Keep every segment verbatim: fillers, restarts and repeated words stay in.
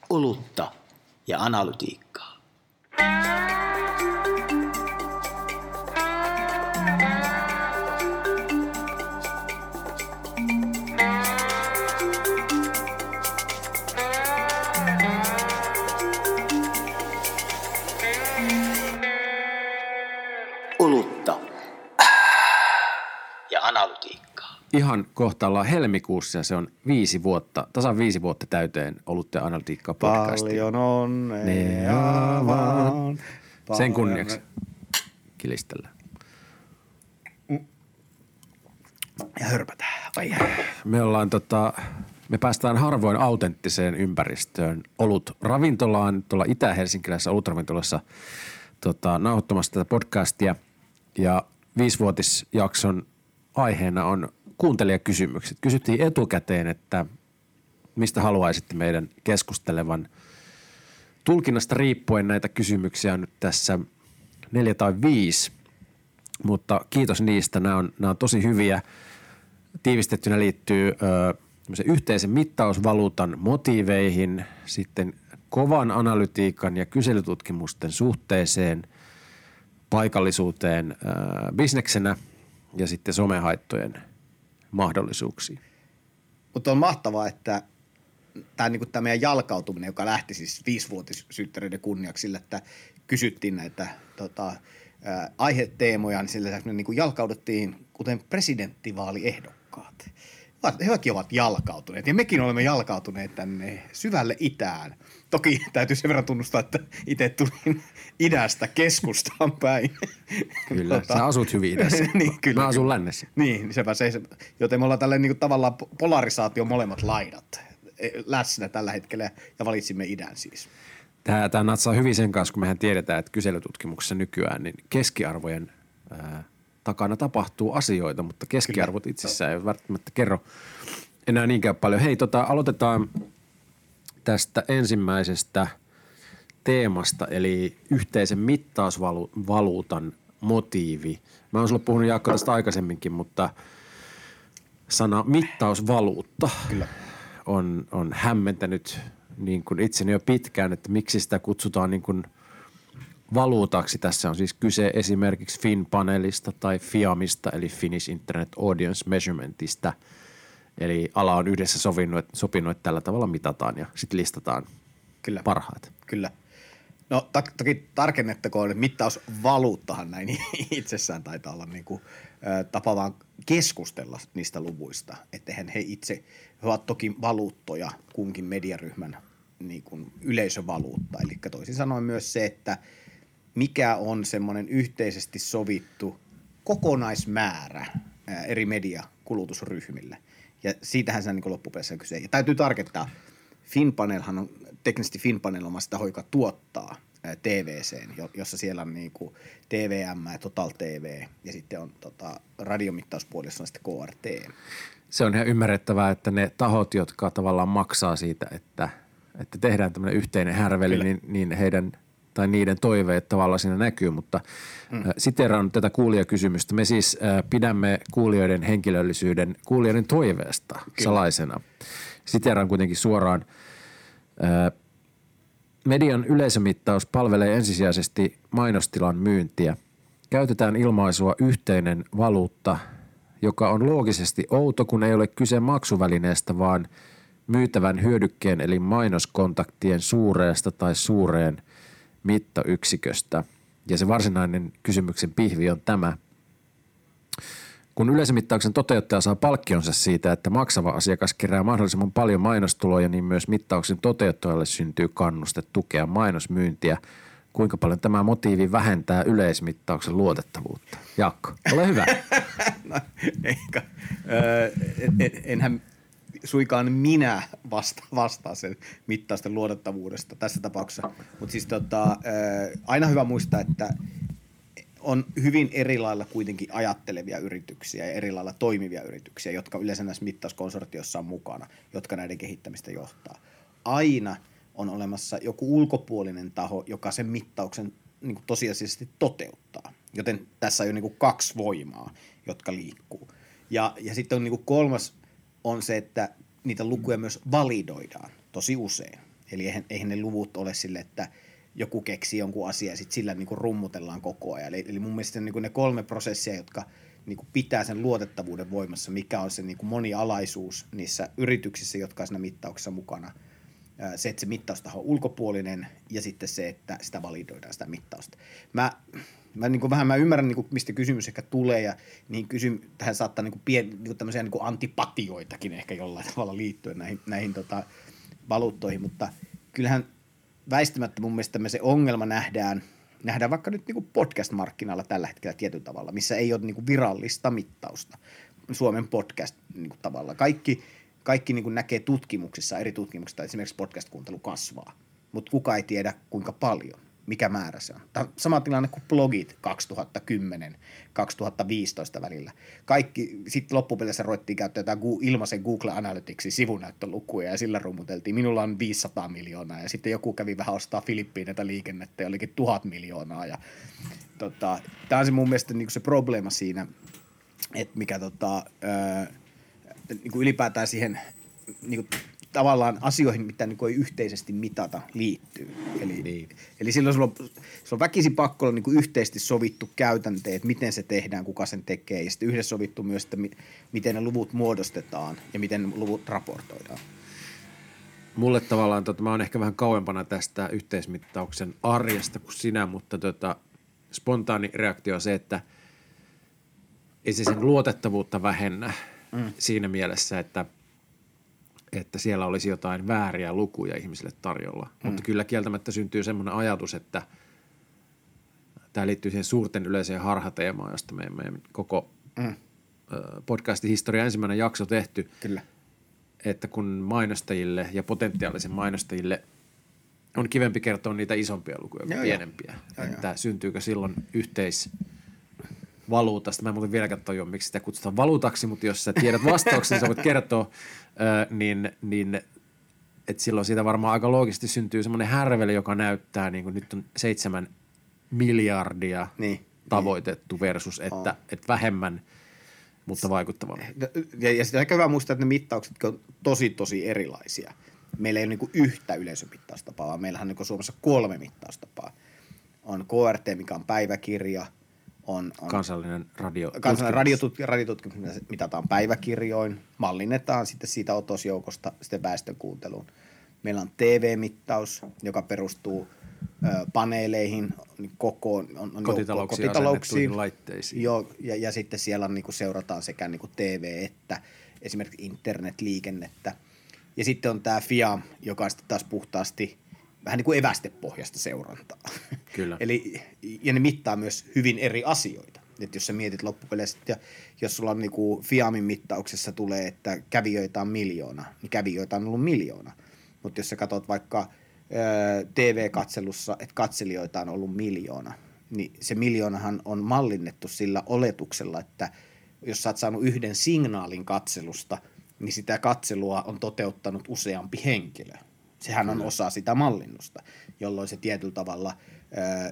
olutta ja analytiikkaa. Olutta ja analytiikkaa. Ihan kohta ollaan helmikuussa ja se on viisi vuotta, tasan viisi vuotta täyteen Olutta ja analytiikkaa podcastia. Paljon onnea vaan. Sen kunniaksi kilistellä. Ja hörpätään. Ai. Me ollaan tota, me päästään harvoin autenttiseen ympäristöön olut ravintolaan tuolla Itä-Helsinkiläisessä olutravintolassa tota, nauhoittamassa tätä podcastia. Ja viisivuotisjakson aiheena on kuuntelijakysymykset. Kysyttiin etukäteen, että mistä haluaisitte meidän keskustelevan. Tulkinnasta riippuen näitä kysymyksiä on nyt tässä neljä tai viisi, mutta kiitos niistä. Nämä on, nämä on tosi hyviä. Tiivistettynä liittyy ö, yhteisen mittausvaluutan motiiveihin, sitten kovan analytiikan ja kyselytutkimusten suhteeseen, paikallisuuteen ö, bisneksenä ja sitten somehaittojen mahdollisuuksiin. Mutta on mahtavaa, että tämä niinku meidän jalkautuminen, joka lähti siis viisivuotissynttäreiden kunniaksi sillä, että kysyttiin näitä tota, ää, aiheteemoja, niin sillä me niinku jalkauduttiin kuten presidenttivaaliehdokkaat. Hekin ovat jalkautuneet ja mekin olemme jalkautuneet tänne syvälle itään. Toki täytyy sen verran tunnustaa, että itse tulin idästä keskustaan päin. Kyllä, tota, sä asut hyvin idässä. Niin, kyllä. Mä asun lännessä. Niin, sepä se, joten me ollaan tällä niin kuin tavallaan polarisaatio molemmat laidat läsnä tällä hetkellä ja valitsimme idän siis. Tämä, tämä natsaa hyvin sen kanssa, kun mehän tiedetään, että kyselytutkimuksessa nykyään niin keskiarvojen ää, takana tapahtuu asioita, mutta keskiarvot Kyllä. itsessään ei välttämättä kerro enää niinkään paljon. Hei, tota, aloitetaan tästä ensimmäisestä teemasta, eli yhteisen mittausvaluutan motiivi. Mä oon sulle puhunut Jaakko tästä aikaisemminkin, mutta sana mittausvaluutta Kyllä. On, on hämmentänyt niin kuin itseni jo pitkään, että miksi sitä kutsutaan niin kuin valuutaksi. Tässä on siis kyse esimerkiksi FinPanelista tai FIAMista, eli Finnish Internet Audience Measurementista. Eli ala on yhdessä sopinut, sopinut että tällä tavalla mitataan ja sitten listataan Kyllä. parhaat. Kyllä. No toki tarkennettakoon, että mittausvaluuttahan näin itsessään taitaa olla niin kuin, ä, tapa vaan keskustella niistä luvuista. Että he itse, he ovat toki valuuttoja kunkin mediaryhmän niin kuin yleisövaluutta. Eli toisin sanoen myös se, että mikä on semmoinen yhteisesti sovittu kokonaismäärä ä, eri mediakulutusryhmille. Ja siitähän se on niin loppupeleissä on kyse. Ja täytyy tarkentaa, FinPanelhan on, teknisesti FinPanel on sitä, joka tuottaa T V C:n, jossa siellä on niin kuin T V M ja Total T V ja sitten on tota, radiomittauspuolessa on sitten K R T. Se on ihan ymmärrettävää, että ne tahot, jotka tavallaan maksaa siitä, että, että tehdään tämmöinen yhteinen härveli, niin, niin heidän tai niiden toiveet tavallaan siinä näkyy, mutta mm. siteeraan tätä kuulijakysymystä. Me siis äh, pidämme kuulijoiden henkilöllisyyden kuulijoiden toiveesta Kyllä. salaisena. Siteeraan kuitenkin suoraan. Äh, median yleisömittaus palvelee ensisijaisesti mainostilan myyntiä. Käytetään ilmaisua yhteinen valuutta, joka on loogisesti outo, kun ei ole kyse maksuvälineestä, vaan myytävän hyödykkeen eli mainoskontaktien suureesta tai suureen mittayksiköstä. Ja se varsinainen kysymyksen pihvi on tämä. Kun yleisömittauksen toteuttaja saa palkkionsa siitä, että maksava asiakas kerää mahdollisimman paljon mainostuloja, niin myös mittauksen toteuttajalle syntyy kannuste tukea mainosmyyntiä. Kuinka paljon tämä motiivi vähentää yleismittauksen luotettavuutta? Jaakko, ole hyvä. No, eikä. Öö, en, enhän suikaan minä vasta, vastaa sen mittausten luotettavuudesta tässä tapauksessa. Mutta siis tota, aina hyvä muistaa, että on hyvin eri lailla kuitenkin ajattelevia yrityksiä ja eri lailla toimivia yrityksiä, jotka yleensä näissä mittauskonsortiossa on mukana, jotka näiden kehittämistä johtaa. Aina on olemassa joku ulkopuolinen taho, joka sen mittauksen niin kuin tosiasiallisesti toteuttaa. Joten tässä on jo niin kuin kaksi voimaa, jotka liikkuu. Ja, ja sitten on niin kuin kolmas on se, että niitä lukuja myös validoidaan tosi usein. Eli eihän, eihän ne luvut ole sille, että joku keksii jonkun asian ja sitten sillä niin kuin rummutellaan koko ajan. Eli, eli mun mielestä niin kuin ne kolme prosessia, jotka niin kuin pitää sen luotettavuuden voimassa, mikä on se niin kuin monialaisuus niissä yrityksissä, jotka on siinä mittauksessa mukana. Se, että se mittaustaho on ulkopuolinen ja sitten se, että sitä validoidaan sitä mittausta. Mä, mä niin kuin vähän mä ymmärrän, niin kuin, mistä kysymys ehkä tulee ja niin kysym, tähän saattaa niin kuin pien, niin kuin tämmöisiä niin kuin antipatioitakin ehkä jollain tavalla liittyen näihin, näihin tota, valuuttoihin, mutta kyllähän väistämättä mun mielestä me se ongelma nähdään, nähdään vaikka nyt niin kuin podcast-markkinalla tällä hetkellä tietyllä tavalla, missä ei ole niin kuin virallista mittausta. Suomen podcast niin kuin tavalla. Kaikki, kaikki niin kuin näkee tutkimuksissa, eri tutkimuksissa, esimerkiksi podcast-kuuntelu kasvaa, mutta kuka ei tiedä kuinka paljon, mikä määrä se on. Tämä on sama tilanne kuin blogit kaksituhattakymmenen kaksituhattaviisitoista välillä. Kaikki, sitten loppupeleissä ruvettiin käyttää jotain ilmaisen Google Analyticsin sivunäyttölukuja ja sillä rummuteltiin. Minulla on viisisataa miljoonaa ja sitten joku kävi vähän ostaa Filippiineitä liikennettä ja olikin tuhat miljoonaa. Ja, tota, tämä on se mun mielestä niin se probleema siinä, että mikä tota, ää, niin kuin ylipäätään siihen niin kuin tavallaan asioihin, mitä niin kuin ei yhteisesti mitata, liittyy. Eli, niin. eli silloin sulla on, sulla on väkisin pakko olla niin kuin yhteisesti sovittu käytänteet, miten se tehdään, kuka sen tekee, ja sitten yhdessä sovittu myös, että mi, miten ne luvut muodostetaan ja miten ne luvut raportoidaan. Mulle tavallaan, tota, mä oon ehkä vähän kauempana tästä yhteismittauksen arjesta kuin sinä, mutta tota, spontaani reaktio on se, että ei se sen luotettavuutta vähennä mm. siinä mielessä, että että siellä olisi jotain vääriä lukuja ihmisille tarjolla. Mm. Mutta kyllä kieltämättä syntyy semmoinen ajatus, että tämä liittyy siihen suurten yleiseen harhateemaan, josta meidän, meidän koko mm. podcastin historian ensimmäinen jakso tehty. Kyllä. Että kun mainostajille ja potentiaalisen mainostajille on kivempi kertoa niitä isompia lukuja kuin joo, pienempiä. Jo. Että jo. Syntyykö silloin yhteisvaluutasta. Mä en muuten vieläkään tajua, miksi sitä kutsutaan valuutaksi, mutta jos sä tiedät vastauksen, niin sä voit kertoa, niin, niin että silloin siitä varmaan aika loogisesti syntyy semmoinen härveli, joka näyttää, niin kuin nyt on seitsemän miljardia niin, tavoitettu niin. versus, että, että vähemmän, mutta vaikuttavammin. Ja, ja sitten on ehkä hyvä muistaa, että ne mittaukset on tosi, tosi erilaisia. Meillä ei ole niin kuin yhtä yleisömittaustapaa, vaan meillähän on niin kuin Suomessa kolme mittaustapaa. On K R T, mikä on päiväkirja, on, on kansallinen radio. Kansallinen radiotutkimus, radiotutkimus mitataan päiväkirjoin, mallinnetaan sitten siitä otosjoukosta sitten väestönkuunteluun. Meillä on T V-mittaus, joka perustuu ö, paneeleihin, kokoon, on, on kotitalouksiin, kotitalouksiin laitteisiin. Joo, ja, ja sitten siellä niin kuin seurataan sekä niin kuin T V että esimerkiksi internetliikennettä. Ja sitten on tämä F I A, joka on sitten taas puhtaasti vähän niin kuin evästepohjasta seurantaa. Kyllä. Eli, ja ne mittaa myös hyvin eri asioita. Että jos sä mietit loppupeleissä, ja jos sulla on niin kuin F I A M in mittauksessa tulee, että kävijöitä on miljoona, niin kävijöitä on ollut miljoona. Mutta jos sä katsot vaikka ö, T V-katselussa, että katselijoita on ollut miljoona, niin se miljoonahan on mallinnettu sillä oletuksella, että jos sä oot saanut yhden signaalin katselusta, niin sitä katselua on toteuttanut useampi henkilö. Sehän on osa sitä mallinnusta, jolloin se tietyllä tavalla, ää,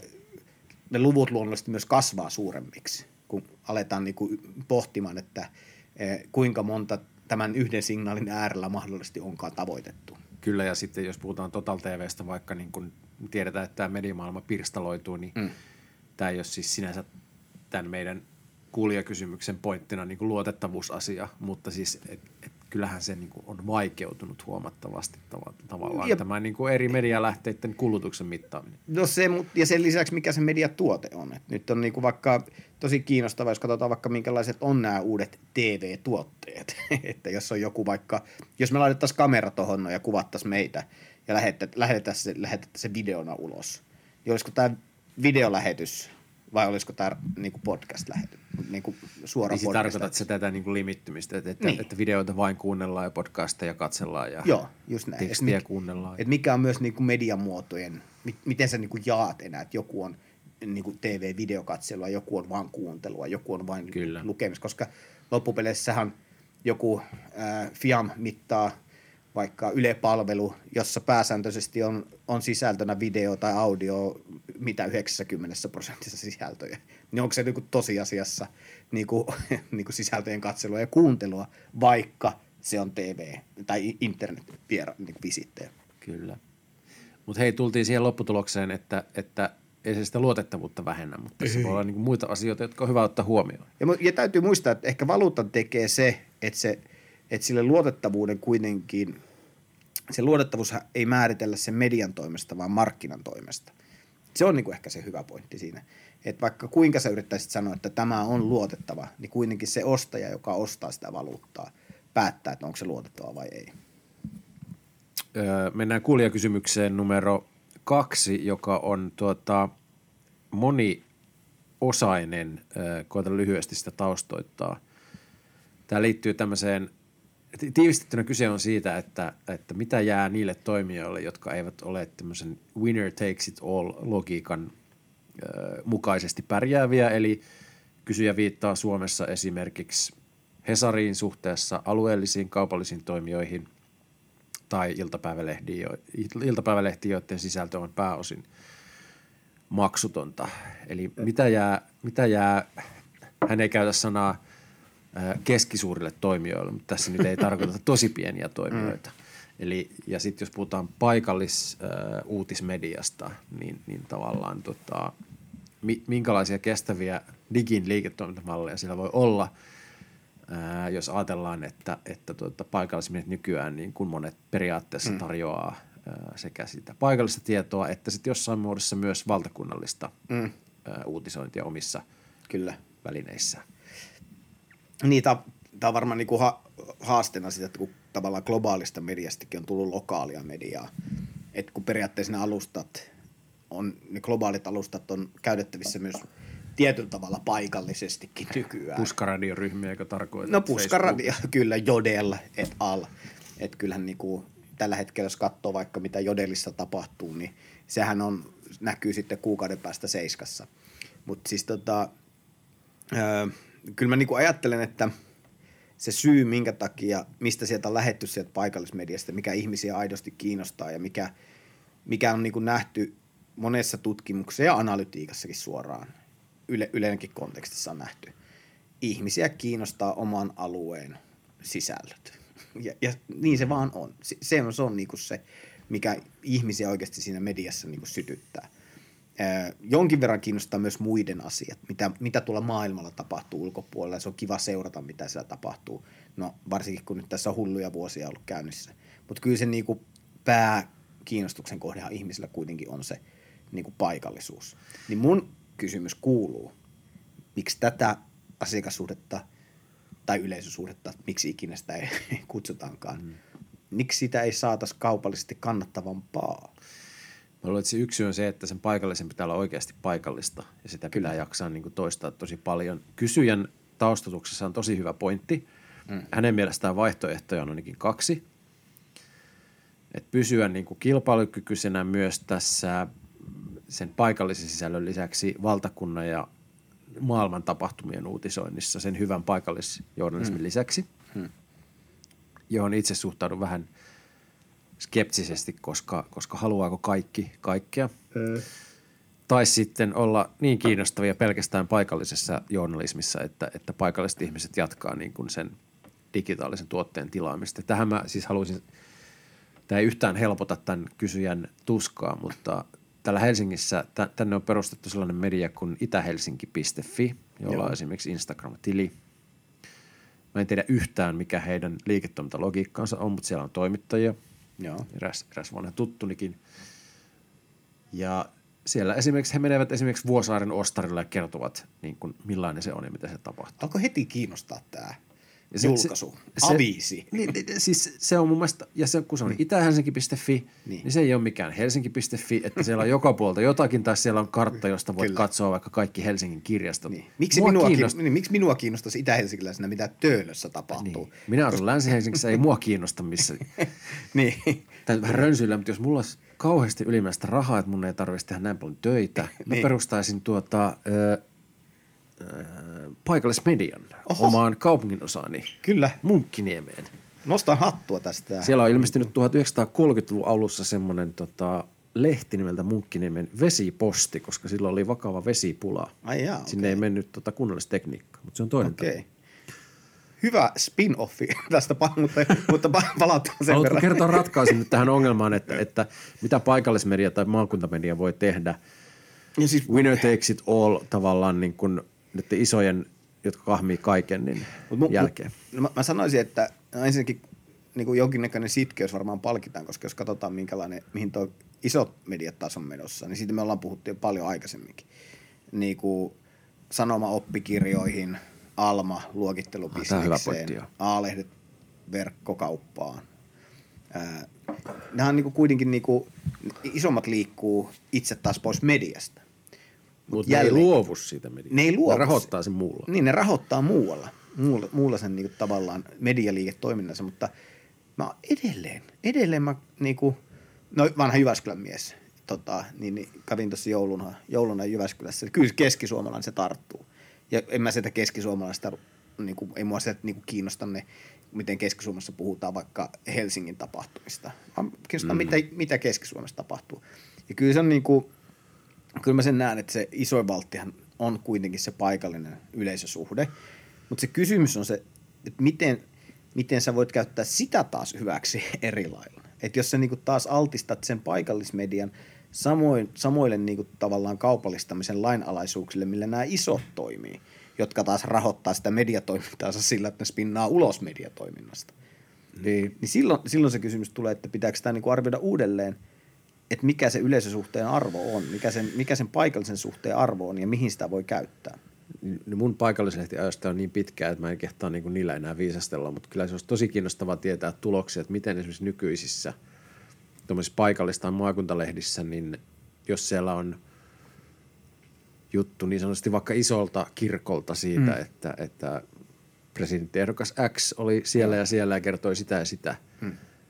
ne luvut luonnollisesti myös kasvaa suuremmiksi, kun aletaan niinku pohtimaan, että ää, kuinka monta tämän yhden signaalin äärellä mahdollisesti onkaan tavoitettu. Kyllä, ja sitten jos puhutaan Total T V:stä, vaikka niin kun tiedetään, että tämä mediamaailma pirstaloituu, niin mm. tämä ei ole siis sinänsä tämän meidän kuulijakysymyksen pointtina niin kuin luotettavuusasia, mutta siis et, et kyllähän se niin kuin on vaikeutunut huomattavasti tav- tavallaan ja, tämä niin kuin eri medialähteiden kulutuksen mittaaminen. No se, ja sen lisäksi mikä se mediatuote on. Et nyt on niin kuin vaikka tosi kiinnostavaa, jos katsotaan vaikka minkälaiset on nämä uudet T V-tuotteet. Että jos on joku vaikka, jos me laitettaisiin kamera tuohon ja kuvattaisiin meitä ja lähetettäisiin se, lähetettäisiin se videona ulos, niin olisiko tämä videolähetys vai olisiko tämä niinku podcast-lähetys, niinku suora podcast-lähetys? Tarkoitat se tätä niinku limittymistä, että, että, niin. että videoita vain kuunnellaan ja podcasteja katsellaan ja joo, just näin. tekstiä et kuunnellaan. Et mikä on myös niinku mediamuotojen, miten sä niinku jaat enää, että joku on niinku T V-videokatselua, joku on vain kuuntelua, joku on vain lukemista, koska loppupeleissähän joku äh, F I A M mittaa vaikka Yle-palvelu, jossa pääsääntöisesti on, on sisältönä video tai audio, mitä yhdeksänkymmentä prosentissa sisältöjä. Niin onko se niin kuin tosiasiassa niin kuin, niin kuin sisältöjen katselua ja kuuntelua, vaikka se on T V tai internet-visittejä? Kyllä. Mutta hei, tultiin siihen lopputulokseen, että, että ei se sitä luotettavuutta vähennä, mutta tässä voi olla niin kuin muita asioita, jotka on hyvä ottaa huomioon. Ja, ja täytyy muistaa, että ehkä valuutan tekee se, että, se, että sille luotettavuuden kuitenkin, se luotettavuus ei määritellä sen median toimesta, vaan markkinan toimesta. Se on niin kuin ehkä se hyvä pointti siinä. Että vaikka kuinka sä yrittäisit sanoa, että tämä on luotettava, niin kuitenkin se ostaja, joka ostaa sitä valuuttaa, päättää, että onko se luotettava vai ei. Öö, mennään kuulijakysymykseen numero kaksi, joka on tuota, moniosainen. Öö, koitan lyhyesti sitä taustoittaa. Tämä liittyy tämmöiseen, tiivistettynä kyse on siitä, että, että mitä jää niille toimijoille, jotka eivät ole tämmöisen winner takes it all logiikan öö, mukaisesti pärjääviä. Eli kysyjä viittaa Suomessa esimerkiksi Hesariin suhteessa alueellisiin kaupallisiin toimijoihin tai iltapäivälehtiin, joiden sisältö on pääosin maksutonta. Eli mitä jää, mitä jää, hän ei käytä sanaa keskisuurille toimijoille, mutta tässä nyt ei tarkoita tosi pieniä toimijoita. Mm. Eli, ja sitten jos puhutaan paikallisuutismediasta, niin, niin tavallaan tota, minkälaisia kestäviä digin liiketoimintamalleja siellä voi olla, ää, jos ajatellaan, että, että tuota, paikallismediat nykyään niin kuin monet periaatteessa mm. tarjoaa ää, sekä sitä paikallista tietoa, että sitten jossain muodossa myös valtakunnallista mm. ää, uutisointia omissa Kyllä. välineissään. Niin, tämä on varmaan niinku ha- haasteena sitä, että kun tavallaan globaalista mediastakin on tullut lokaalia mediaa, että kun periaatteessa ne alustat, on, ne globaalit alustat on käytettävissä myös tietyllä tavalla paikallisestikin nykyään. Puskaradioryhmiä, joka tarkoittaa No puskaradio, kyllä, Jodel et al. Että kyllähän niinku, tällä hetkellä, jos katsoo vaikka mitä Jodelissa tapahtuu, niin sehän on, näkyy sitten kuukauden päästä Seiskassa. Mutta siis tota, öö, kyllä mä niinku ajattelen, että se syy, minkä takia, mistä sieltä on lähdetty sieltä paikallismediasta, mikä ihmisiä aidosti kiinnostaa ja mikä, mikä on niinku nähty monessa tutkimuksessa ja analytiikassakin suoraan, yle, yleensäkin kontekstissa on nähty. Ihmisiä kiinnostaa oman alueen sisällöt. Ja, ja niin se vaan on. Se, se on, se on niinku se, mikä ihmisiä oikeasti siinä mediassa niinku sytyttää. Äh, jonkin verran kiinnostaa myös muiden asiat, mitä, mitä tuolla maailmalla tapahtuu ulkopuolella. Se on kiva seurata, mitä siellä tapahtuu. No varsinkin, kun nyt tässä on hulluja vuosia ollut käynnissä. Mutta kyllä se niinku pääkiinnostuksen kohdehan ihmisillä kuitenkin on se niinku paikallisuus. Niin mun kysymys kuuluu, miksi tätä asiakassuhdetta tai yleisösuhdetta, miksi ikinä sitä ei kutsutaankaan, mm. miksi sitä ei saataisi kaupallisesti kannattavampaa? Mä luulen, että se yksi on se, että sen paikallisen pitää olla oikeasti paikallista ja sitä pitää jaksaa niin kuin toistaa tosi paljon. Kysyjän taustatuksessa on tosi hyvä pointti. Mm. Hänen mielestään vaihtoehtoja on ainakin kaksi. Että pysyä niin kuin kilpailukykyisenä myös tässä sen paikallisen sisällön lisäksi valtakunnan ja maailman tapahtumien uutisoinnissa sen hyvän paikallisjournalismin mm. lisäksi, mm. johon itse suhtaudun vähän skeptisesti, koska, koska haluaako kaikki kaikkea. Mm. Tai sitten olla niin kiinnostavia pelkästään paikallisessa journalismissa, että, että paikalliset ihmiset jatkaa niin kuin sen digitaalisen tuotteen tilaamista. Tähän mä siis haluaisin, tämä ei yhtään helpota tämän kysyjän tuskaa, mutta täällä Helsingissä t- tänne on perustettu sellainen media kuin itähelsinki piste fi, jolla Joo. on esimerkiksi Instagram-tili. Mä en tiedä yhtään, mikä heidän liiketoimintalogiikkaansa on, mutta siellä on toimittajia. Joo. Eräs, eräs vanha tuttunikin. Ja siellä esimerkiksi he menevät esimerkiksi Vuosaaren ostarille ja kertovat, niin kuin, millainen se on ja mitä se tapahtuu. Alkoi heti kiinnostaa tämä julkaisu, se, aviisi. Niin, siis se on mun mielestä, ja se, kun se on mm. itähelsinki piste fi, niin. niin se ei ole mikään helsinki piste fi, että siellä on joka puolta jotakin, tai siellä on kartta, josta voit Kyllä. katsoa vaikka kaikki Helsingin kirjastot. Niin. Miksi, minua kiinnost... niin, miksi minua kiinnostaisi itä-helsinkiläisenä, mitä Töölössä tapahtuu? Niin. Minä asun Länsi-Helsingissä, ei mua kiinnosta missä. niin. Tämä vähän rönsyillä, mutta jos mulla olisi kauheasti ylimääräistä rahaa, että mun ei tarvitsisi tehdä näin paljon töitä, mä niin. perustaisin tuota... Ö, paikallismedian Oho. omaan kaupunginosaani Kyllä. Munkkiniemeen. Nostan hattua tästä. Siellä on ilmestynyt tuhatyhdeksänsataakolmekymmentäluvun alussa semmoinen tota, lehti nimeltä Munkkiniemen Vesiposti, koska silloin oli vakava vesipula. Ai jaa, Sinne okay. ei mennyt tota, kunnallistekniikkaa, mutta se on toinen. Okay. hyvä spin-offi tästä, mutta, mutta palataan sen Haluatko verran. kertoa ratkaisun nyt tähän ongelmaan, että, että mitä paikallismedia tai maakuntamedia voi tehdä? Ja siis, Winner takes it all tavallaan niin kuin näiden isojen, jotka kahmii kaiken, niin Mut, jälkeen. Mut, mä, mä sanoisin, että ensinnäkin niin kuin jonkinnäköinen sitkeys varmaan palkitaan, koska jos katsotaan minkälainen, mihin tuo isot mediat taas on menossa, niin siitä me ollaan puhuttu jo paljon aikaisemminkin. Niin kuin sanoma-oppikirjoihin, Alma, luokittelubisnekseen, A-lehdet verkkokauppaan. Ää, nämä on niin kuin kuitenkin niin kuin, isommat liikkuu itse taas pois mediasta. Mutta ne ei luovu siitä mediasta. Ne ei luovu. Ne rahoittaa sen muulla. Niin, ne rahoittaa muualla, muulla, muulla sen niin kuin, tavallaan medialiiketoiminnassa, mutta mä edelleen, edelleen mä niin kuin, no vanha Jyväskylän mies, tota, niin, niin kävin tuossa jouluna, jouluna Jyväskylässä. Kyllä keskisuomalainen se tarttuu. Ja en mä sitä keskisuomalaista, niin kuin, ei mua sitä niin kuin kiinnosta ne, miten Keski-Suomessa puhutaan vaikka Helsingin tapahtumista. Vaan kiinnostaa, mm. mitä, mitä Keski-Suomessa tapahtuu. Ja kyllä se on niin kuin, kyllä mä sen näen, että se isoin valttihan on kuitenkin se paikallinen yleisösuhde. Mutta se kysymys on se, että miten, miten sä voit käyttää sitä taas hyväksi eri lailla. Että jos sä niinku taas altistat sen paikallismedian samoin, samoille niinku tavallaan kaupallistamisen lainalaisuuksille, millä nämä isot toimii, jotka taas rahoittaa sitä mediatoimintaansa sillä, että ne spinnaa ulos mediatoiminnasta. Niin, niin silloin, silloin se kysymys tulee, että pitääkö sitä niinku arvioida uudelleen, että mikä se yleisösuhteen arvo on, mikä sen, mikä sen paikallisen suhteen arvo on ja mihin sitä voi käyttää. Mun paikallislehtiajoista on niin pitkää, että mä en kehtaa niin niillä enää viisastella, mutta kyllä se olisi tosi kiinnostavaa tietää tuloksia, että miten esimerkiksi nykyisissä paikallis- tai maakuntalehdissä, niin jos siellä on juttu niin sanotusti vaikka isolta kirkolta siitä, mm. että, että presidenttiehdokas X oli siellä ja siellä ja kertoi sitä ja sitä. Mm.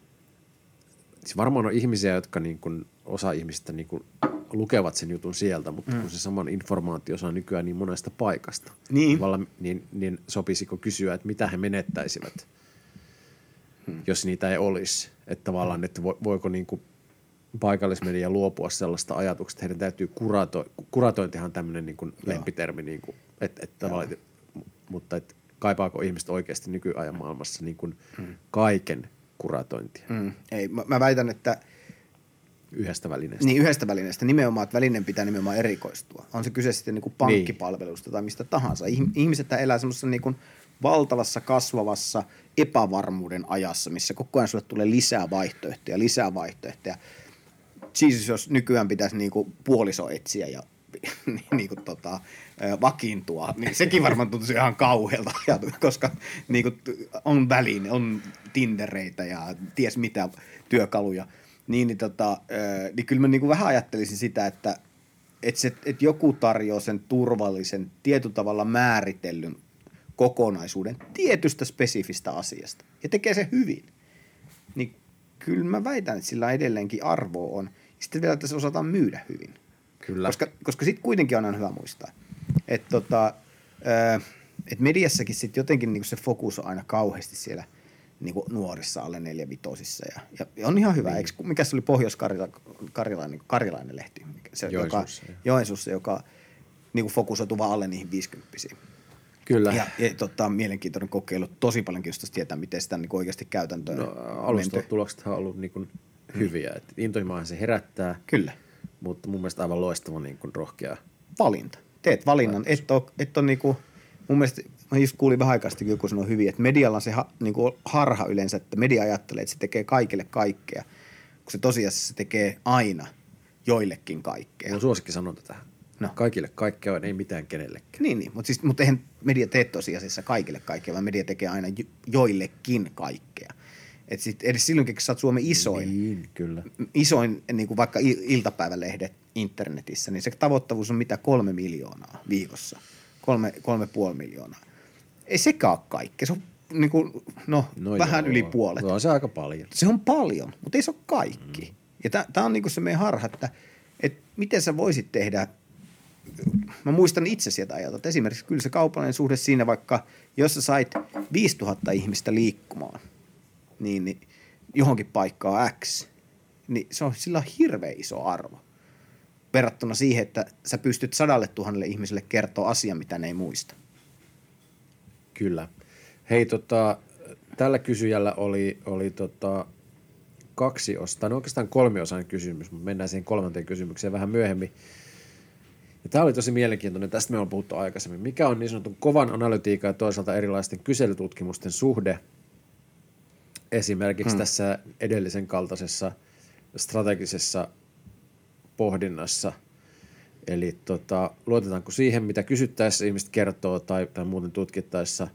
Siis varmaan on ihmisiä, jotka niin kuin, osa ihmisistä niin kuin lukevat sen jutun sieltä, mutta mm. kun se saman informaatio saa nykyään niin monesta paikasta, niin, niin, niin sopisiko kysyä, että mitä he menettäisivät, hmm. jos niitä ei olisi. Että tavallaan, että voiko niin kuin paikallismedia luopua sellaista ajatuksesta, että heidän täytyy kuratoida. Kuratointihan on tämmöinen niin kuin lempitermi, niin kuin, että, että mutta että kaipaako ihmiset oikeasti nykyajan maailmassa niin kuin hmm. kaiken kuratointia? Hmm. Ei, mä, mä väitän, että yhdestä välineestä. Niin, yhdestä välineestä. Nimenomaan, että välineen pitää nimenomaan erikoistua. On se kyse sitten niin kuin pankkipalvelusta niin. tai mistä tahansa. Ihmiset elää semmoisessa niin kuin valtavassa, kasvavassa epävarmuuden ajassa, missä koko ajan sulle tulee lisää vaihtoehtoja, lisää vaihtoehtoja. Siis jos nykyään pitäisi niin kuin puoliso etsiä ja niin kuin tota, vakiintua, niin sekin varmaan tuntuisi ihan kauhealta ajatukselta, koska niin kuin on väline, on Tindereitä ja ties mitä työkaluja. Niin, niin, tota, niin kyllä mä niin kuin vähän ajattelisin sitä, että, että, se, että joku tarjoaa sen turvallisen, tietyllä tavalla määritellyn kokonaisuuden tietystä spesifistä asiasta ja tekee sen hyvin. Niin kyllä mä väitän, että sillä edelleenkin arvoa on. Sitten vielä, että se osataan myydä hyvin. Kyllä. Koska, koska sitten kuitenkin on aina hyvä muistaa, että tota, et mediassakin sitten jotenkin niin kuin se fokus on aina kauheasti siellä niin kuin nuorissa alle neljävitosissa. Ja, ja on ihan hyvä. Niin. Eikö, mikä se oli Pohjois-Karjalainen Karjalainen lehti? Se, Joensuussa. Joka, Joensuussa, joka niin kuin fokusoitu vaan alle niihin viisikymppisiin. Kyllä. Ja, ja tota, mielenkiintoinen kokeilu. Tosi paljon kiinnostaisi tietää, miten sitä niin kuin oikeasti käytäntöön no, alustavat tulokset on ollut niin kuin hyviä. Mm. Intohimoahan se herättää. Kyllä. Mutta mun mielestä aivan loistava niin kuin rohkea valinta. Teet valinnan. Et ole, et ole niin kuin, mun mielestä, mä just kuulin vähän aikaisemmin, joku sanoi hyvin, että medialla on se ha, niin kuin harha yleensä, että media ajattelee, että se tekee kaikille kaikkea, kun se tosiasiassa se tekee aina joillekin kaikkea. Mun suosikki sanonta tähän. No. Kaikille kaikkea, ei mitään kenellekään. Niin, niin. mutta siis, mut eihän media tee tosiasiassa kaikille kaikkea, vaan media tekee aina jo, joillekin kaikkea. Et sit edes silloinkin, kun sä oot Suomen isoin, niin, kyllä. isoin niin kuin vaikka iltapäivälehdet internetissä, niin se tavoittavuus on mitä kolme miljoonaa viikossa. Kolme, kolme puoli miljoonaa. Ei sekään ole kaikkea. Se on niin kuin, no, no vähän joo, yli puolet. No on se aika paljon. Se on paljon, mutta ei se ole kaikki. Mm. Ja tämä on niin kuin se meidän harha, että, että miten sä voisit tehdä. Mä muistan itse sieltä ajalta, että esimerkiksi kyllä se kaupallinen suhde siinä vaikka, jos sä sait viisituhatta ihmistä liikkumaan, niin, niin johonkin paikkaan X, niin se on sillä on hirveän iso arvo. Verrattuna siihen, että sä pystyt sadalle tuhannelle ihmiselle kertoa asian, mitä ne ei muista. Kyllä. Hei, tota, tällä kysyjällä oli, oli tota, kaksi osaa, no oikeastaan kolmiosainen kysymys, mutta mennään siihen kolmanteen kysymykseen vähän myöhemmin. Ja tämä oli tosi mielenkiintoinen, tästä me on puhuttu aikaisemmin. Mikä on niin sanotun kovan analytiikan ja toisaalta erilaisten kyselytutkimusten suhde esimerkiksi hmm. tässä edellisen kaltaisessa strategisessa pohdinnassa? Eli tota, luotetaanko siihen, mitä kysyttäessä ihmiset kertoo tai, tai muuten tutkittaessa,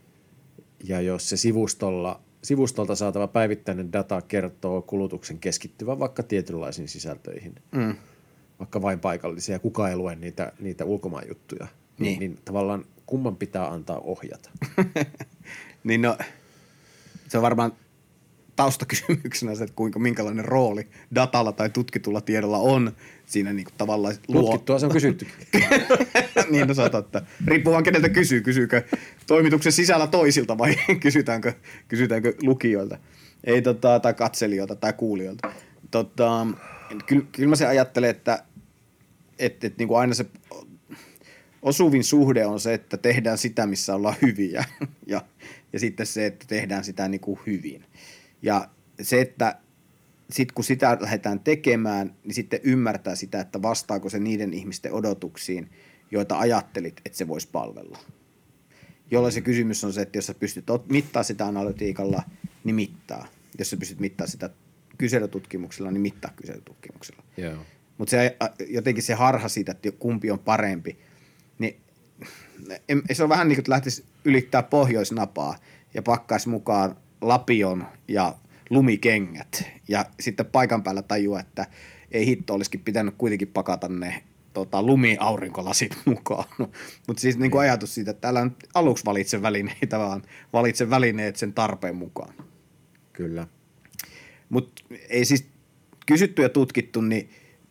ja jos se sivustolla, sivustolta saatava päivittäinen data kertoo kulutuksen keskittyvän vaikka tietynlaisiin sisältöihin, mm. vaikka vain paikallisia, kukaan ei lue niitä, niitä ulkomaan juttuja, niin. Niin, niin tavallaan kumman pitää antaa ohjata? Niin no, se on varmaan taustakysymyksenä se, että kuinka, minkälainen rooli datalla tai tutkitulla tiedolla on siinä niin kuin tavallaan luo... Tutkittua se on kysyttykin. Niin, no sata, että riippuu vaan keneltä kysyy. Kysyykö toimituksen sisällä toisilta vai kysytäänkö, kysytäänkö lukijoilta, ei, tota, tai katselijoilta tai kuulijoilta. Tota, kyllä, kyllä mä se ajattelen, että, että, että niin kuin aina se osuvin suhde on se, että tehdään sitä, missä ollaan hyviä ja, ja sitten se, että tehdään sitä niin kuin hyvin. Ja se, että sitten kun sitä lähdetään tekemään, niin sitten ymmärtää sitä, että vastaako se niiden ihmisten odotuksiin, joita ajattelit, että se voisi palvella. Jolloin se kysymys on se, että jos sä pystyt mittaa sitä analytiikalla, niin mittaa. Jos sä pystyt mittaa sitä kyselytutkimuksella, niin mittaa kyselytutkimuksella. Yeah. Mutta se, jotenkin se harha siitä, että kumpi on parempi, niin se on vähän niin kuin, että lähtisi ylittää pohjoisnapaa ja pakkaisi mukaan lapion ja lumikengät ja sitten paikan päällä tajua, että ei hitto, olisikin pitänyt kuitenkin pakata ne tota, lumiaurinkolasit mukaan. No, mutta siis niin kuin ajatus siitä, että älä nyt aluksi valitse välineitä, vaan valitse välineet sen tarpeen mukaan. Kyllä. Mutta ei siis kysytty ja tutkittu, niin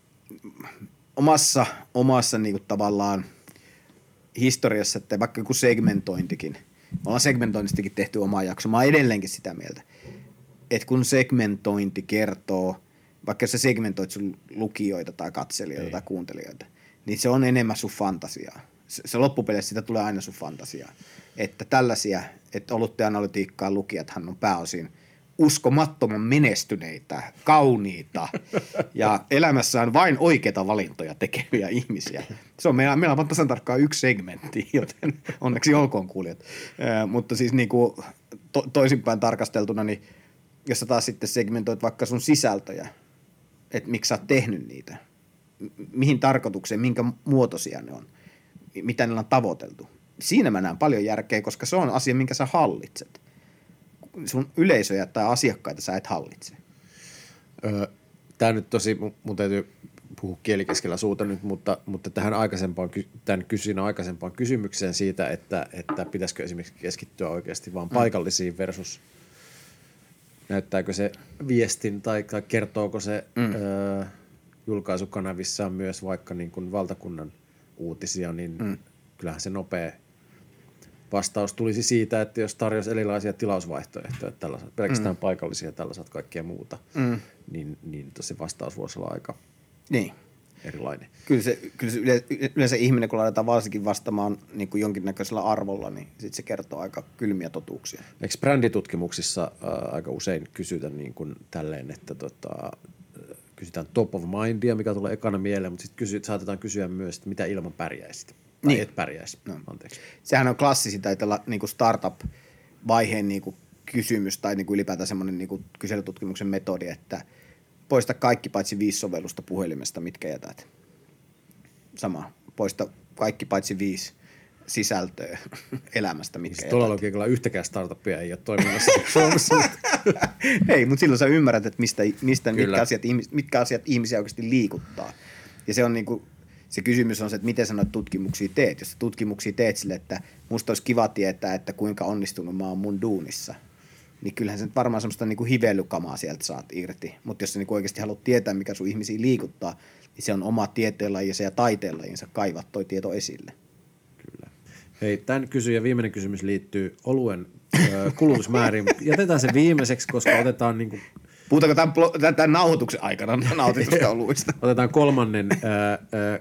omassa, omassa niin kuin tavallaan historiassa, että vaikka joku segmentointikin, me ollaan segmentoinnistakin tehty oma jakso, mä oon edelleenkin sitä mieltä, että kun segmentointi kertoo, vaikka sä segmentoit sun lukijoita tai katselijoita Ei. tai kuuntelijoita, niin se on enemmän sun fantasiaa. Se, se loppupeleissä sitä tulee aina sun fantasiaa. Että tällaisia, että olutteanalytiikkaa lukijathan on pääosin uskomattoman menestyneitä, kauniita ja elämässään vain oikeita valintoja tekeviä ihmisiä. Se on meillä, meillä on vaan tasan tarkkaan yksi segmentti, joten onneksi olkoon kuulijat. Äh, mutta siis niin kuin to, toisinpäin tarkasteltuna, niin jos sä taas sitten segmentoit vaikka sun sisältöjä, että miksi sä oot tehnyt niitä, mihin tarkoitukseen, minkä muotoisia ne on, mitä niillä on tavoiteltu. Siinä mä näen paljon järkeä, koska se on asia, minkä sä hallitset. Sun yleisöjä tai asiakkaita sä et hallitse. Öö, Tämä nyt tosi, mun täytyy puhua kielikeskellä suuta nyt, mutta, mutta tähän aikaisempaan, tämän kysyin aikaisempaan kysymykseen siitä, että, että pitäisikö esimerkiksi keskittyä oikeasti vaan paikallisiin versus näyttääkö se viestin tai, tai kertooko se mm. öö, julkaisukanavissaan myös vaikka niin kuin valtakunnan uutisia, niin mm. kyllähän se nopea vastaus tulisi siitä, että jos tarjosi erilaisia tilausvaihtoehtoja, että tällä saat pelkästään mm. paikallisia ja tällä saat kaikkea muuta, mm. niin, niin se vastaus voisi olla aika niin. erilainen. Kyllä se, kyllä se yleensä, yleensä ihminen, kun laitetaan varsinkin vastaamaan niin kuin jonkinnäköisellä arvolla, niin sitten se kertoo aika kylmiä totuuksia. Eikö bränditutkimuksissa äh, aika usein kysytä niin kuin tälleen, että tota, kysytään top of mindia, mikä tulee ekana mieleen, mutta sitten kysy, saatetaan kysyä myös, että mitä ilman pärjäisit? Tai niin. et pärjäisi. No. Anteeksi. Sehän on klassisi taitella niin kuin startup-vaiheen niin kuin kysymys tai niin kuin ylipäätään semmoinen niin kuin kyselytutkimuksen metodi, että poista kaikki paitsi viisi sovellusta puhelimesta, mitkä jätät. Sama. Poista kaikki paitsi viisi sisältöä elämästä, mitkä jätät. Tuolla logiikalla yhtäkään startupia ei ole toiminnassa Suomessa. Ei, mutta silloin sä ymmärrät, että mistä, mistä mitkä, asiat, mitkä asiat ihmisiä oikeasti liikuttaa. Ja se on niin kuin se kysymys on se, että miten sä noita tutkimuksia teet. Jos sä tutkimuksia teet sille, että musta olisi kiva tietää, että kuinka onnistunut mä oon mun duunissa, niin kyllähän sä nyt varmaan semmoista niinku hivelykamaa sieltä saat irti. Mutta jos sä niinku oikeasti haluat tietää, mikä sun ihmisiä liikuttaa, niin se on oma tieteenlajinsa ja taiteenlajinsa kaivaa toi tieto esille. Kyllä. Hei, tämän kysyjän viimeinen kysymys liittyy oluen ö, kulutusmääriin. Jätetään se viimeiseksi, koska otetaan niinku puhutaanko tämän, tämän nauhoituksen aikana nautitusta oluista? Otetaan kolmannen äh, äh,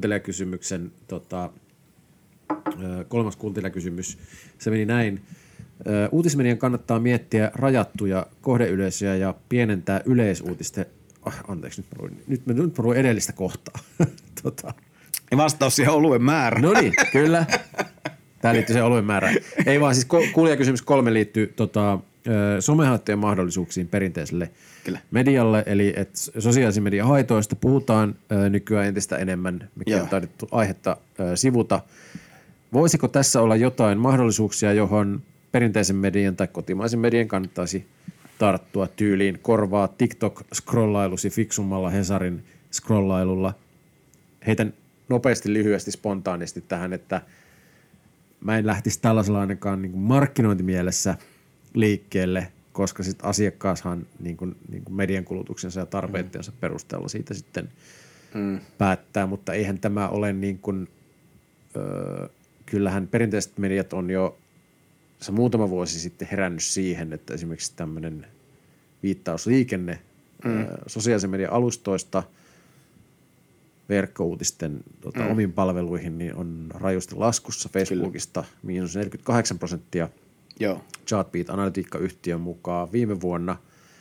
kuuntelijakysymyksen, tota, äh, kolmas kuuntelijakysymys. Se meni näin. Uutismedian kannattaa miettiä rajattuja kohdeyleisöjä ja pienentää yleisuutisten... Ah, anteeksi, nyt mä luin, nyt mä, nyt mä luin edellistä kohtaa. tota. Ja vastaus siihen oluen määrä. No niin, kyllä. Tämä liittyy siihen oluen määrään. Ei vaan siis kuulijakysymys kolme liittyy tota, somehaittojen mahdollisuuksiin perinteiselle kyllä. medialle. Eli että sosiaalisen median haitoista puhutaan ö, nykyään entistä enemmän, mikä on taidettu aihetta ö, sivuta. Voisiko tässä olla jotain mahdollisuuksia, johon perinteisen median tai kotimaisen median kannattaisi tarttua tyyliin, korvaa TikTok-scrollailusi fiksummalla Hesarin scrollailulla? Heitän nopeasti, lyhyesti, spontaanisti tähän, että mä en lähtisi tällaisella ainakaan niin kuin markkinointimielessä liikkeelle, koska sit asiakkaashan niin kuin, niin kuin median kulutuksensa ja tarpeittensa mm. perusteella siitä sitten mm. päättää, mutta eihän tämä ole niin kuin, öö, kyllähän perinteiset mediat on jo se muutama vuosi sitten herännyt siihen, että esimerkiksi tämmöinen viittausliikenne mm. öö, sosiaalisen median alustoista verkkouutisten tota, mm. omiin palveluihin niin on rajusti laskussa. Facebookista Kyllä. miinus neljäkymmentäkahdeksan prosenttia Joo. Chartbeat-analytiikkayhtiön mukaan viime vuonna,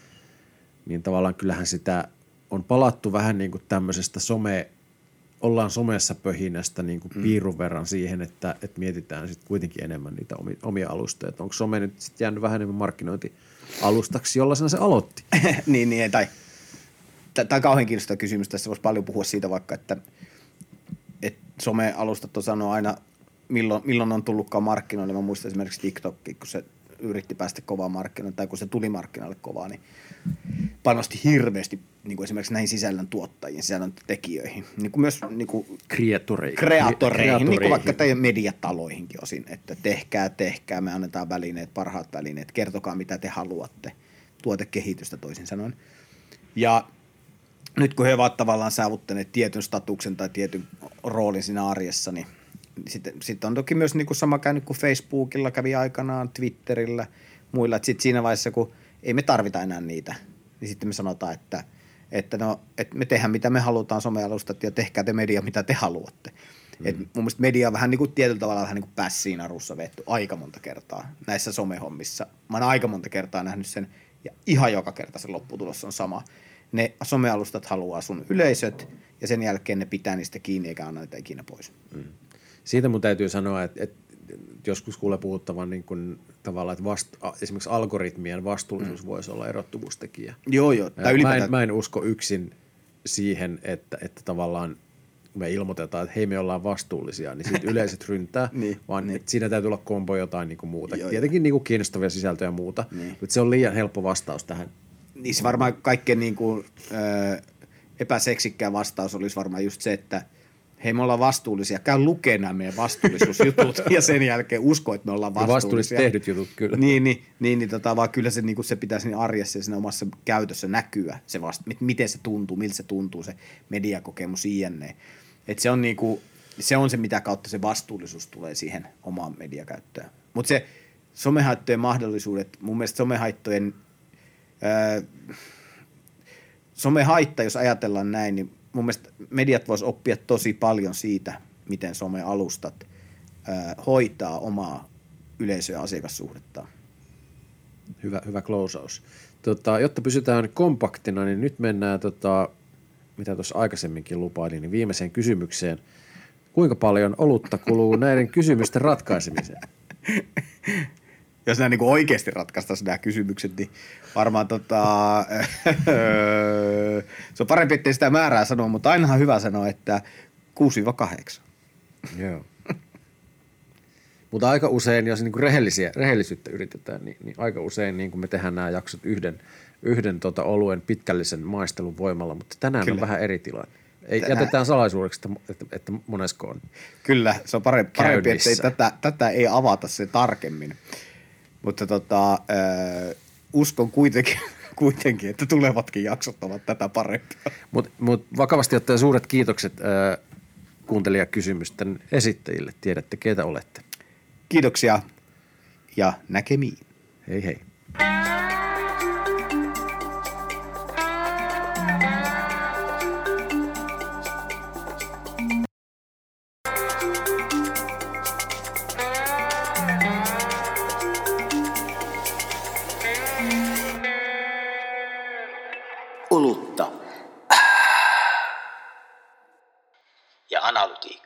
niin tavallaan kyllähän sitä on palattu vähän niin kuin tämmöisestä some, ollaan somessa pöhinästä niin kuin mm. piirun verran siihen, että, että mietitään sitten kuitenkin enemmän niitä omia alustoja. Onko some nyt sitten jäänyt vähän enemmän markkinointialustaksi, jollaisena se aloitti? niin, niin, tai tämä on kauhean kiinnostava kysymys. Tässä voisi paljon puhua siitä vaikka, että, että some-alustat on sanonut aina, milloin, milloin on tullutkaan markkinoille. Mä muistan esimerkiksi TikTokki, kun se yritti päästä kovaa markkinoille, tai kun se tuli markkinoille kovaa, niin panosti hirveästi niin kuin esimerkiksi näihin sisällön tuottajiin, sisällön tekijöihin. Niin kuin myös niin kuin kreatoreihin, kreatoreihin niin kuin vaikka teidän mediataloihinkin osin, että tehkää, tehkää, me annetaan välineet, parhaat välineet, kertokaa mitä te haluatte, tuotekehitystä toisin sanoen. Ja nyt kun he ovat tavallaan saavuttaneet tietyn statuksen tai tietyn roolin siinä arjessa, niin sitten sit on toki myös niin kuin sama käynyt kuin Facebookilla kävi aikanaan, Twitterillä, muilla. Sitten siinä vaiheessa, kun ei me tarvita enää niitä, niin sitten me sanotaan, että, että, no, että me tehdään mitä me halutaan somealustat ja tehkää te media mitä te haluatte. Mm. Et mun mielestä media on vähän niin kuin tietyllä tavalla vähän niin kuin pässiin narussa vetty aika monta kertaa näissä somehommissa. Mä oon aika monta kertaa nähnyt sen ja ihan joka kerta se lopputulos on sama. Ne somealustat haluaa sun yleisöt ja sen jälkeen ne pitää niistä kiinni eikä anna niitä ikinä pois. Mm. Siitä mun täytyy sanoa, että, että joskus kuulee puhuttavan niin kuin tavallaan, että vast, esimerkiksi algoritmien vastuullisuus mm. voisi olla erottuvuustekijä. Joo, joo. Mä en, mä en usko yksin siihen, että, että tavallaan me ilmoitetaan, että hei me ollaan vastuullisia, niin siitä yleiset ryntää, niin, vaan niin. siinä täytyy olla kombo jotain niin kuin muuta. Joo, Tietenkin niin kuin kiinnostavia sisältöjä ja muuta, niin. mutta se on liian helppo vastaus tähän. Niin se varmaan kaikkein niin kuin, ö, epäseksikkään vastaus olisi varmaan just se, että hei me ollaan vastuullisia, käy lukemaan nämä meidän vastuullisuusjutut ja sen jälkeen usko, että me ollaan vastuullisia. Ja vastuulliset tehdyt jutut kyllä. Niin, niin, niin, niin tota, vaan kyllä se, niin se pitää siinä arjessa ja siinä omassa käytössä näkyä, se vasta, miten se tuntuu, miltä se tuntuu se mediakokemus jne. Että se on niin kuin, se on se, mitä kautta se vastuullisuus tulee siihen omaan mediakäyttöön. Mutta se somehaittojen mahdollisuudet, mun mielestä somehaittojen, ää, somehaitta, jos ajatellaan näin, niin mun mielestä mediat vois oppia tosi paljon siitä, miten somealustat ää, hoitaa omaa yleisö- ja asiakassuhdettaan. Hyvä, hyvä closeaus. Tota, jotta pysytään kompaktina, niin nyt mennään, tota, mitä tuossa aikaisemminkin lupailin, niin viimeiseen kysymykseen. Kuinka paljon olutta kuluu näiden kysymysten ratkaisemiseen? Jos nämä niin kuin oikeasti ratkaistaisiin nämä kysymykset, niin varmaan tota, se on parempi, ettei sitä määrää sanoa, mutta ainahan hyvä sanoa, että kuusi kahdeksan. Joo. Mutta aika usein, jos niinku rehellisiä, rehellisyyttä yritetään, niin, niin aika usein niin kun me tehdään nämä jaksot yhden, yhden tota oluen pitkällisen maistelun voimalla, mutta tänään Kyllä. on vähän eri tilanne. Ei, tänään... Jätetään salaisuudeksi, että, että, että monesko on Kyllä, se on parempi, parempi että ei, tätä, tätä ei avata se tarkemmin. Mutta tota, äh, uskon kuitenkin, kuitenkin, että tulevatkin jaksot ovat tätä parempia. Mutta mut vakavasti ottaen suuret kiitokset äh, kuuntelijakysymysten esittäjille. Tiedätte, keitä olette. Kiitoksia ja näkemiin. Hei hei. ja analytiikkaa.